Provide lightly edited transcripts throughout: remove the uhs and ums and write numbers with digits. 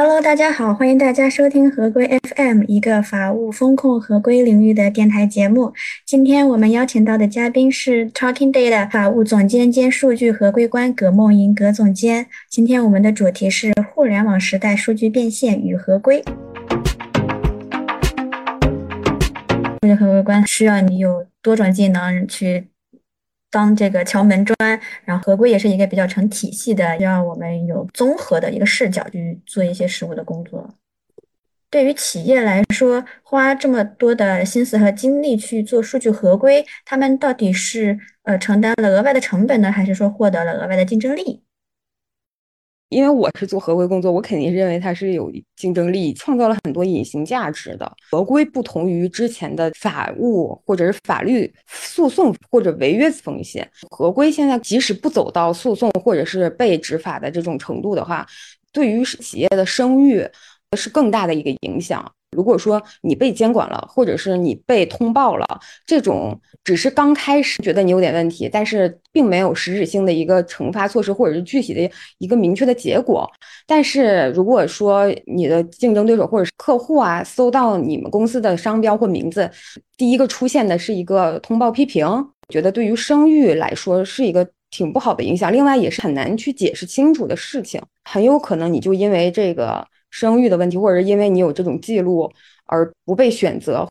Hello，大家好，欢迎大家收听合规 FM，一个法务风控合规领域的电台节目。今天我们邀请到的嘉宾是 Talking Data 法务总监兼数据合规官葛梦莹葛总监。今天我们的主题是互联网时代数据变现与合规。数据合规官需要你有多种技能去当这个敲门砖，然后合规也是一个比较成体系的，让我们有综合的一个视角去做一些实务的工作。对于企业来说，花这么多的心思和精力去做数据合规，他们到底是承担了额外的成本呢，还是说获得了额外的竞争力？ 因为我是做合规工作，我肯定是认为它是有竞争力，创造了很多隐形价值的。合规不同于之前的法务或者是法律诉讼或者违约风险，合规现在即使不走到诉讼或者是被执法的这种程度的话，对于企业的声誉是更大的一个影响。如果说你被监管了，或者是你被通报了，这种只是刚开始觉得你有点问题，但是并没有实质性的一个惩罚措施，或者是具体的一个明确的结果。但是如果说你的竞争对手或者是客户啊，搜到你们公司的商标或名字，第一个出现的是一个通报批评，觉得对于声誉来说是一个挺不好的影响。另外也是很难去解释清楚的事情，很有可能你就因为这个声誉的问题，或者是因为你有这种记录而不被选择。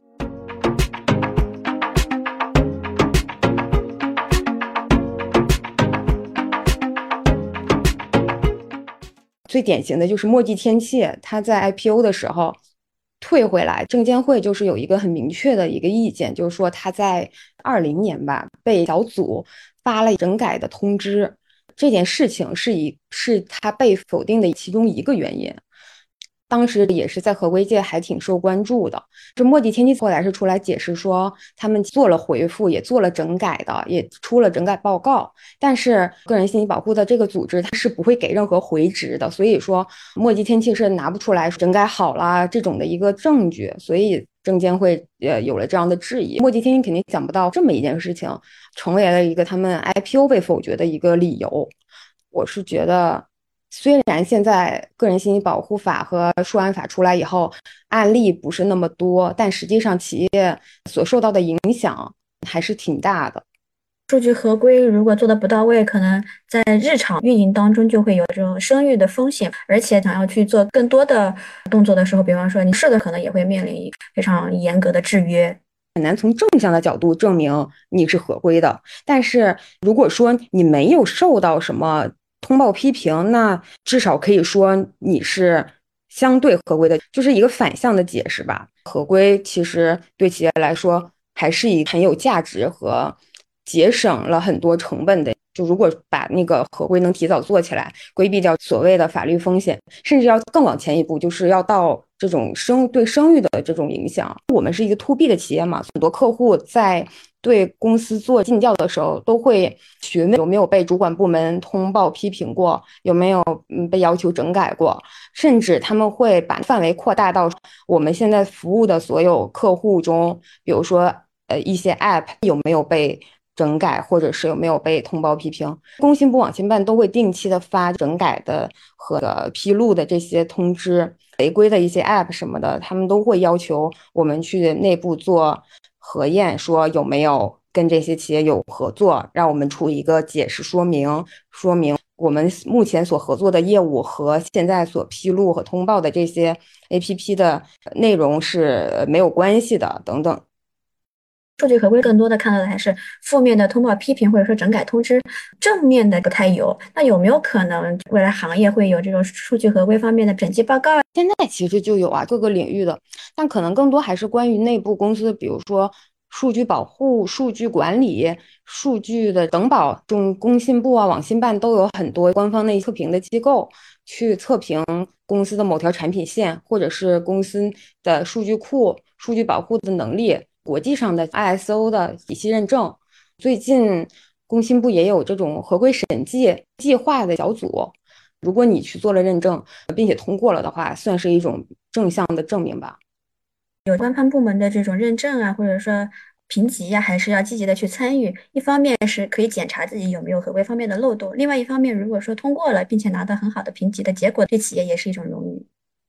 最典型的就是墨迹天气，它在 IPO 的时候退回来，证监会就是有一个很明确的一个意见，就是说它在2020年吧被小组发了整改的通知，这件事情是它被否定的其中一个原因。当时也是在合规界还挺受关注的。这墨迹天气后来是出来解释说，他们做了回复，也做了整改的，也出了整改报告。但是个人信息保护的这个组织，它是不会给任何回执的。所以说，墨迹天气是拿不出来整改好了这种的一个证据。所以证监会有了这样的质疑。墨迹天气肯定想不到这么一件事情，成为了一个他们 IPO 被否决的一个理由。我是觉得。虽然现在个人信息保护法和数安法出来以后，案例不是那么多，但实际上企业所受到的影响还是挺大的。 数据合规如果做的不到位，可能在日常运营当中就会有这种声誉的风险，而且想要去做更多的动作的时候，比方说你是的，可能也会面临非常严格的制约。 很难从正向的角度证明你是合规的，但是如果说你没有受到什么通报批评，那至少可以说你是相对合规的，就是一个反向的解释吧。合规其实对企业来说还是一个很有价值和节省了很多成本的。就如果把那个合规能提早做起来，规避掉所谓的法律风险，甚至要更往前一步，就是要到这种对声誉的这种影响。我们是一个 to B 的企业嘛，很多客户在对公司做尽调的时候，都会询问有没有被主管部门通报批评过，有没有被要求整改过，甚至他们会把范围扩大到我们现在服务的所有客户中，比如说一些 App 有没有被整改，或者是有没有被通报批评。工信部、网信办都会定期的发整改的和披露的这些通知，违规的一些 App 什么的，他们都会要求我们去内部做核验，说有没有跟这些企业有合作，让我们出一个解释说明，说明我们目前所合作的业务和现在所披露和通报的这些 APP 的内容是没有关系的，等等。 数据合规更多的看到的还是负面的通报批评或者说整改通知，正面的不太有。那有没有可能未来行业会有这种数据合规方面的审计报告？ 现在其实就有啊，各个领域的，但可能更多还是关于内部公司，比如说数据保护、数据管理、数据的等保，中工信部啊、网信办都有很多官方内测评的机构去测评公司的某条产品线，或者是公司的数据库、数据保护的能力，国际上的 ISO 的体系认证。最近工信部也有这种合规审计计划的小组。如果你去做了认证，并且通过了的话，算是一种正向的证明吧。 有官方部门的这种认证啊，或者说评级呀、还是要积极的去参与。一方面是可以检查自己有没有合规方面的漏洞，另外一方面，如果说通过了，并且拿到很好的评级的结果，对企业也是一种荣誉。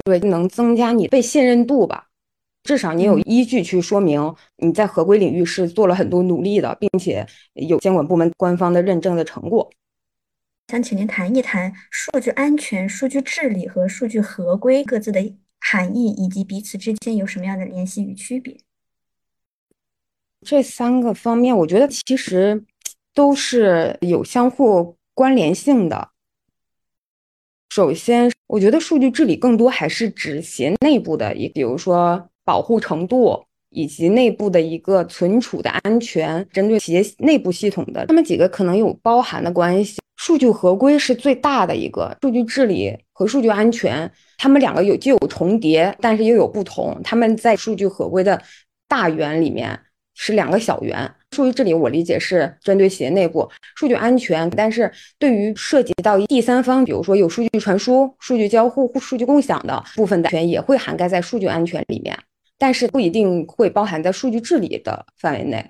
对，能增加你被信任度吧。至少你有依据去说明你在合规领域是做了很多努力的，并且有监管部门官方的认证的成果。 想请您谈一谈数据安全、数据治理和数据合规各自的含义，以及彼此之间有什么样的联系与区别。 这三个方面，我觉得其实都是有相互关联性的。首先，我觉得数据治理更多还是指企业内部的比如说保护程度，以及内部的一个存储的安全，针对企业内部系统的，他们几个可能有包含的关系。数据合规是最大的一个，数据治理和数据安全，他们两个既有重叠，但是又有不同。他们在数据合规的大圆里面是两个小圆。数据治理我理解是针对企业内部，数据安全，但是对于涉及到第三方，比如说有数据传输、数据交互、数据共享的部分的权也会涵盖在数据安全里面，但是不一定会包含在数据治理的范围内。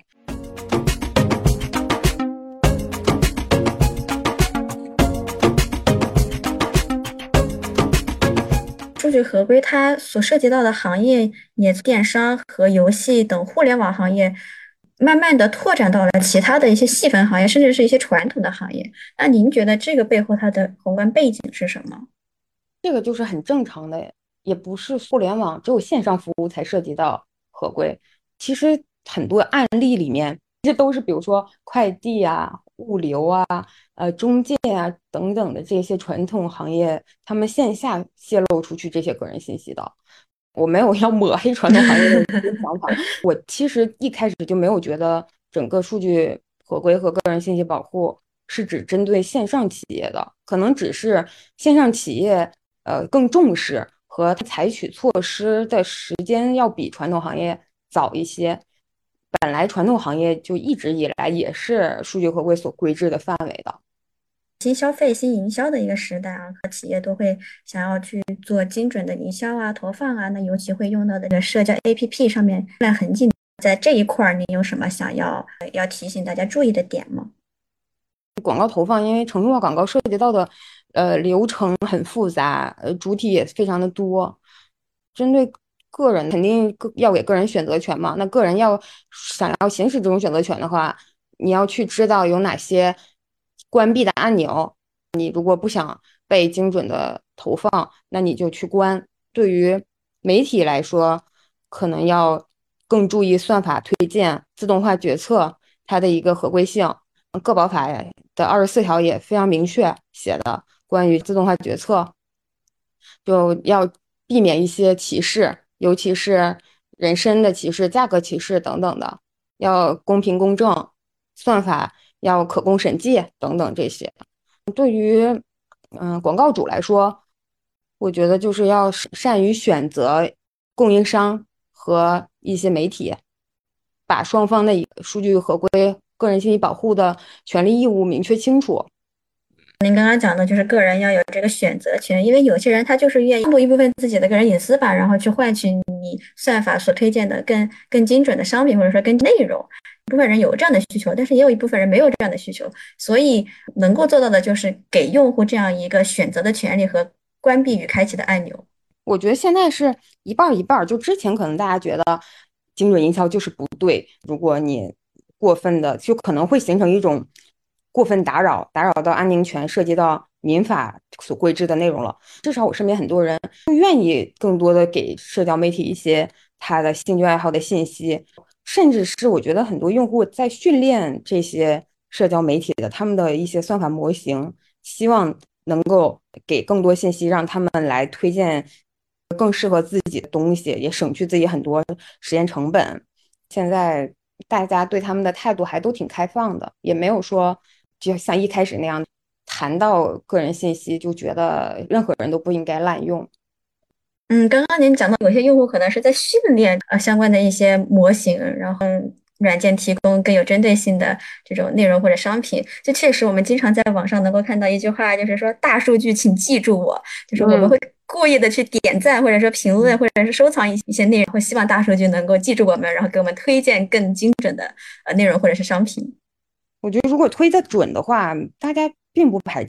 数据合规它所涉及到的行业，也电商和游戏等互联网行业，慢慢的拓展到了其他的一些细分行业，甚至是一些传统的行业。那您觉得这个背后它的宏观背景是什么？ 这个就是很正常的，也不是互联网只有线上服务才涉及到合规。其实很多案例里面，这都是比如说快递啊、物流啊、中介啊等等的这些传统行业，他们线下泄露出去这些个人信息的。我没有要抹黑传统行业的想法，我其实一开始就没有觉得整个数据合规和个人信息保护是指针对线上企业的，可能只是线上企业更重视和采取措施的时间要比传统行业早一些。本来传统行业就一直以来也是数据合规所规制的范围的。 新消费、新营销的一个时代啊，企业都会想要去做精准的营销啊、投放啊，那尤其会用到的这个社交 APP 上面来痕迹。在这一块儿，您有什么想要提醒大家注意的点吗？ 广告投放，因为承诺广告涉及到的流程很复杂，主体也非常的多。针对个人，肯定要给个人选择权嘛。那个人想要行使这种选择权的话，你要去知道有哪些关闭的按钮。你如果不想被精准的投放，那你就去关。对于媒体来说，可能要更注意算法推荐、自动化决策它的一个合规性。个保法的24条也非常明确写的关于自动化决策，就要避免一些歧视，尤其是人身的歧视、价格歧视等等的，要公平公正，算法要可供审计等等这些。对于广告主来说，我觉得就是要善于选择供应商和一些媒体，把双方的数据合规、个人信息保护的权利义务明确清楚。 您刚刚讲的就是个人要有这个选择权，因为有些人他就是愿意公布一部分自己的个人隐私吧，然后去换取你算法所推荐的更精准的商品，或者说更内容。一部分人有这样的需求，但是也有一部分人没有这样的需求，所以能够做到的就是给用户这样一个选择的权利和关闭与开启的按钮。 我觉得现在是一半一半，就之前可能大家觉得精准营销就是不对，如果你过分的，就可能会形成一种过分打扰到安宁权，涉及到民法所规制的内容了。至少我身边很多人不愿意更多的给社交媒体一些他的兴趣爱好的信息，甚至是我觉得很多用户在训练这些社交媒体的他们的一些算法模型，希望能够给更多信息，让他们来推荐更适合自己的东西，也省去自己很多时间成本。现在大家对他们的态度还都挺开放的，也没有说就像一开始那样谈到个人信息就觉得任何人都不应该滥用。 刚刚您讲到有些用户可能是在训练相关的一些模型，然后软件提供更有针对性的这种内容或者商品。就确实，我们经常在网上能够看到一句话，就是说大数据，请记住我，就是我们会故意的去点赞或者说评论或者是收藏一些内容，会希望大数据能够记住我们，然后给我们推荐更精准的内容或者是商品。 我觉得如果推得准的话，大家并不排斥啊。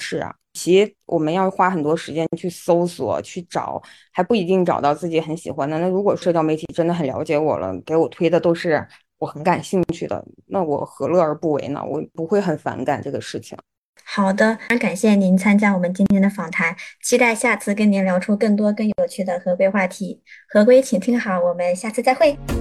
其我们要花很多时间去搜索、去找，还不一定找到自己很喜欢的。那如果社交媒体真的很了解我了，给我推的都是我很感兴趣的，那我何乐而不为呢？我不会很反感这个事情。 好的，非常感谢您参加我们今天的访谈，期待下次跟您聊出更多更有趣的合规话题。合规，请听好，我们下次再会。